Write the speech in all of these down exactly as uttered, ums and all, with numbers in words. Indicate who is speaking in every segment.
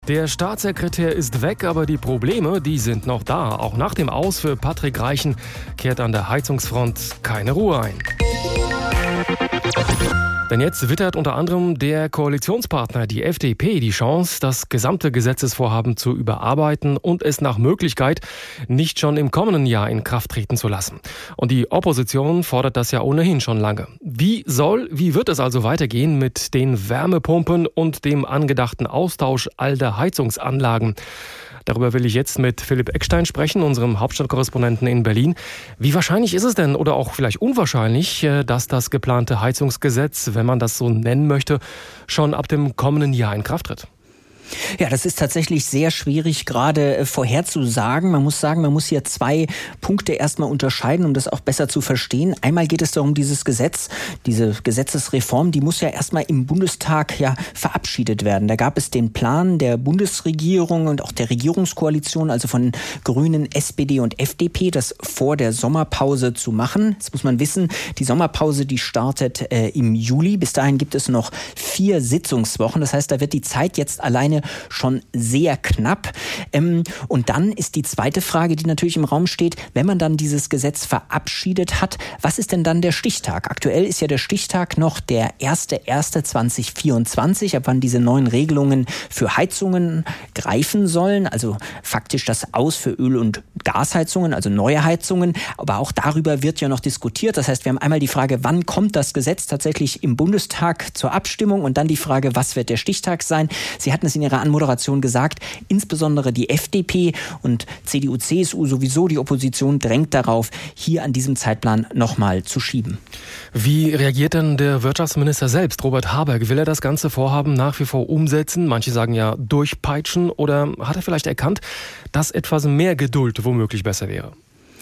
Speaker 1: Der Staatssekretär ist weg, aber die Probleme, die sind noch da. Auch nach dem Aus für Patrick Reichen kehrt an der Heizungsfront keine Ruhe ein. Denn jetzt wittert unter anderem der Koalitionspartner, die F D P, die Chance, das gesamte Gesetzesvorhaben zu überarbeiten und es nach Möglichkeit nicht schon im kommenden Jahr in Kraft treten zu lassen. Und die Opposition fordert das ja ohnehin schon lange. Wie soll, wie wird es also weitergehen mit den Wärmepumpen und dem angedachten Austausch alter Heizungsanlagen? Darüber will ich jetzt mit Philipp Eckstein sprechen, unserem Hauptstadtkorrespondenten in Berlin. Wie wahrscheinlich ist es denn oder auch vielleicht unwahrscheinlich, dass das geplante Heizungsgesetz, wenn man das so nennen möchte, schon ab dem kommenden Jahr in Kraft tritt?
Speaker 2: Ja, das ist tatsächlich sehr schwierig gerade äh, vorherzusagen. Man muss sagen, man muss hier zwei Punkte erstmal unterscheiden, um das auch besser zu verstehen. Einmal geht es darum, dieses Gesetz, diese Gesetzesreform, die muss ja erstmal im Bundestag ja verabschiedet werden. Da gab es den Plan der Bundesregierung und auch der Regierungskoalition, also von Grünen, S P D und F D P, das vor der Sommerpause zu machen. Jetzt muss man wissen, die Sommerpause, die startet äh, im Juli. Bis dahin gibt es noch vier Sitzungswochen. Das heißt, da wird die Zeit jetzt alleine schon sehr knapp. Ähm, und dann ist die zweite Frage, die natürlich im Raum steht, wenn man dann dieses Gesetz verabschiedet hat, was ist denn dann der Stichtag? Aktuell ist ja der Stichtag noch der erster erster zweitausendvierundzwanzig, ab wann diese neuen Regelungen für Heizungen greifen sollen, also faktisch das Aus für Öl- und Gasheizungen, also neue Heizungen. Aber auch darüber wird ja noch diskutiert. Das heißt, wir haben einmal die Frage, wann kommt das Gesetz tatsächlich im Bundestag zur Abstimmung und dann die Frage, was wird der Stichtag sein? Sie hatten es in Ihrer Anmoderation gesagt, insbesondere die F D P und C D U, C S U sowieso, die Opposition drängt darauf, hier an diesem Zeitplan nochmal zu schieben.
Speaker 1: Wie reagiert denn der Wirtschaftsminister selbst, Robert Habeck? Will er das ganze Vorhaben nach wie vor umsetzen? Manche sagen ja durchpeitschen. Oder hat er vielleicht erkannt, dass etwas mehr Geduld womöglich besser wäre?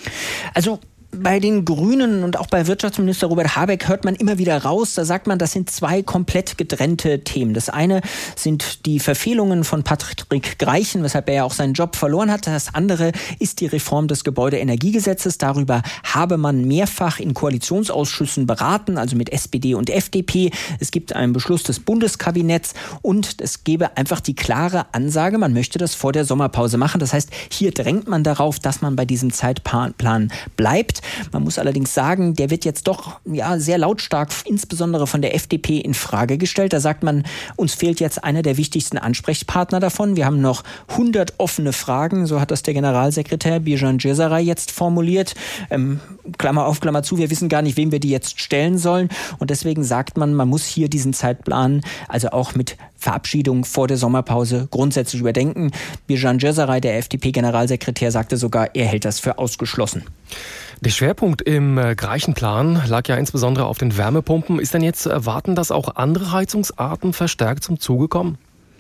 Speaker 2: Also bei den Grünen und auch bei Wirtschaftsminister Robert Habeck hört man immer wieder raus, da sagt man, das sind zwei komplett getrennte Themen. Das eine sind die Verfehlungen von Patrick Reichen, weshalb er ja auch seinen Job verloren hat. Das andere ist die Reform des Gebäudeenergiegesetzes. Darüber habe man mehrfach in Koalitionsausschüssen beraten, also mit S P D und F D P. Es gibt einen Beschluss des Bundeskabinetts und es gebe einfach die klare Ansage, man möchte das vor der Sommerpause machen. Das heißt, hier drängt man darauf, dass man bei diesem Zeitplan bleibt. Man muss allerdings sagen, der wird jetzt doch ja sehr lautstark, insbesondere von der F D P, in Frage gestellt. Da sagt man, uns fehlt jetzt einer der wichtigsten Ansprechpartner davon. Wir haben noch hundert offene Fragen, so hat das der Generalsekretär Birjan Djesaray jetzt formuliert. Ähm, Klammer auf, Klammer zu, wir wissen gar nicht, wem wir die jetzt stellen sollen. Und deswegen sagt man, man muss hier diesen Zeitplan, also auch mit Verabschiedung vor der Sommerpause, grundsätzlich überdenken. Birjan Djesaray, der F D P-Generalsekretär, sagte sogar, er hält das für ausgeschlossen.
Speaker 1: Der Schwerpunkt im Reichenplan lag ja insbesondere auf den Wärmepumpen. Ist denn jetzt zu erwarten, dass auch andere Heizungsarten verstärkt zum Zuge kommen?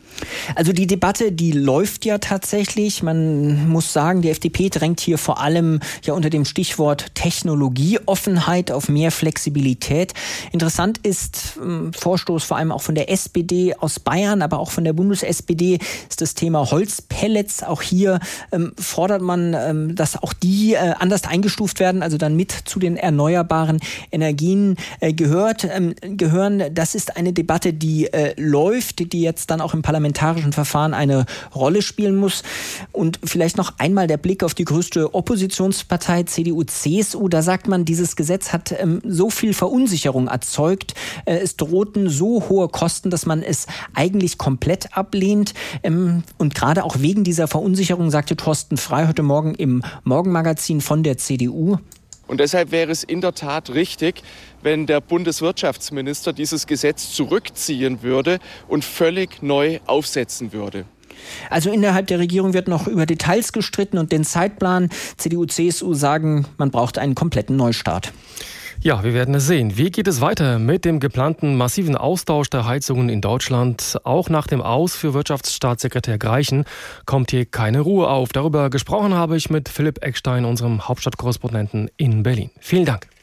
Speaker 2: Also die Debatte, die läuft ja tatsächlich. Man muss sagen, die F D P drängt hier vor allem ja unter dem Stichwort Technologieoffenheit auf mehr Flexibilität. Interessant ist ähm, Vorstoß vor allem auch von der S P D aus Bayern, aber auch von der Bundes-S P D ist das Thema Holzpellets. Auch hier ähm, fordert man, ähm, dass auch die äh, anders eingestuft werden, also dann mit zu den erneuerbaren Energien äh, gehört, ähm, gehören. Das ist eine Debatte, die äh, läuft, die jetzt dann auch im Parlament parlamentarischen Verfahren eine Rolle spielen muss. Und vielleicht noch einmal der Blick auf die größte Oppositionspartei C D U, C S U. Da sagt man, dieses Gesetz hat ähm, so viel Verunsicherung erzeugt. Äh, es drohten so hohe Kosten, dass man es eigentlich komplett ablehnt. Ähm, und gerade auch wegen dieser Verunsicherung sagte Thorsten Frey heute Morgen im Morgenmagazin von der C D U:
Speaker 3: Und deshalb wäre es in der Tat richtig, wenn der Bundeswirtschaftsminister dieses Gesetz zurückziehen würde und völlig neu aufsetzen würde.
Speaker 2: Also innerhalb der Regierung wird noch über Details gestritten und den Zeitplan. C D U, C S U sagen, man braucht einen kompletten Neustart.
Speaker 1: Ja, wir werden es sehen. Wie geht es weiter mit dem geplanten massiven Austausch der Heizungen in Deutschland? Auch nach dem Aus für Wirtschaftsstaatssekretär Reichen kommt hier keine Ruhe auf. Darüber gesprochen habe ich mit Philipp Eckstein, unserem Hauptstadtkorrespondenten in Berlin. Vielen Dank.